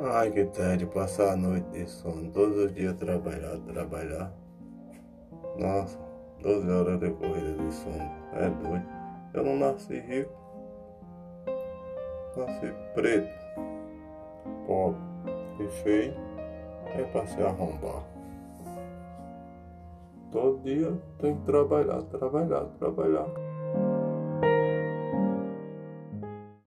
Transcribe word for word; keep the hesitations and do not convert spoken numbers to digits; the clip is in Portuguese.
Ai, que tédio, passar a noite de sono, todos os dias trabalhar, trabalhar. Nossa, doze horas de corrida de sono, é doido. Eu não nasci rico, nasci preto, pobre e feio, é pra se arrombar. Todo dia tem que trabalhar, trabalhar, trabalhar.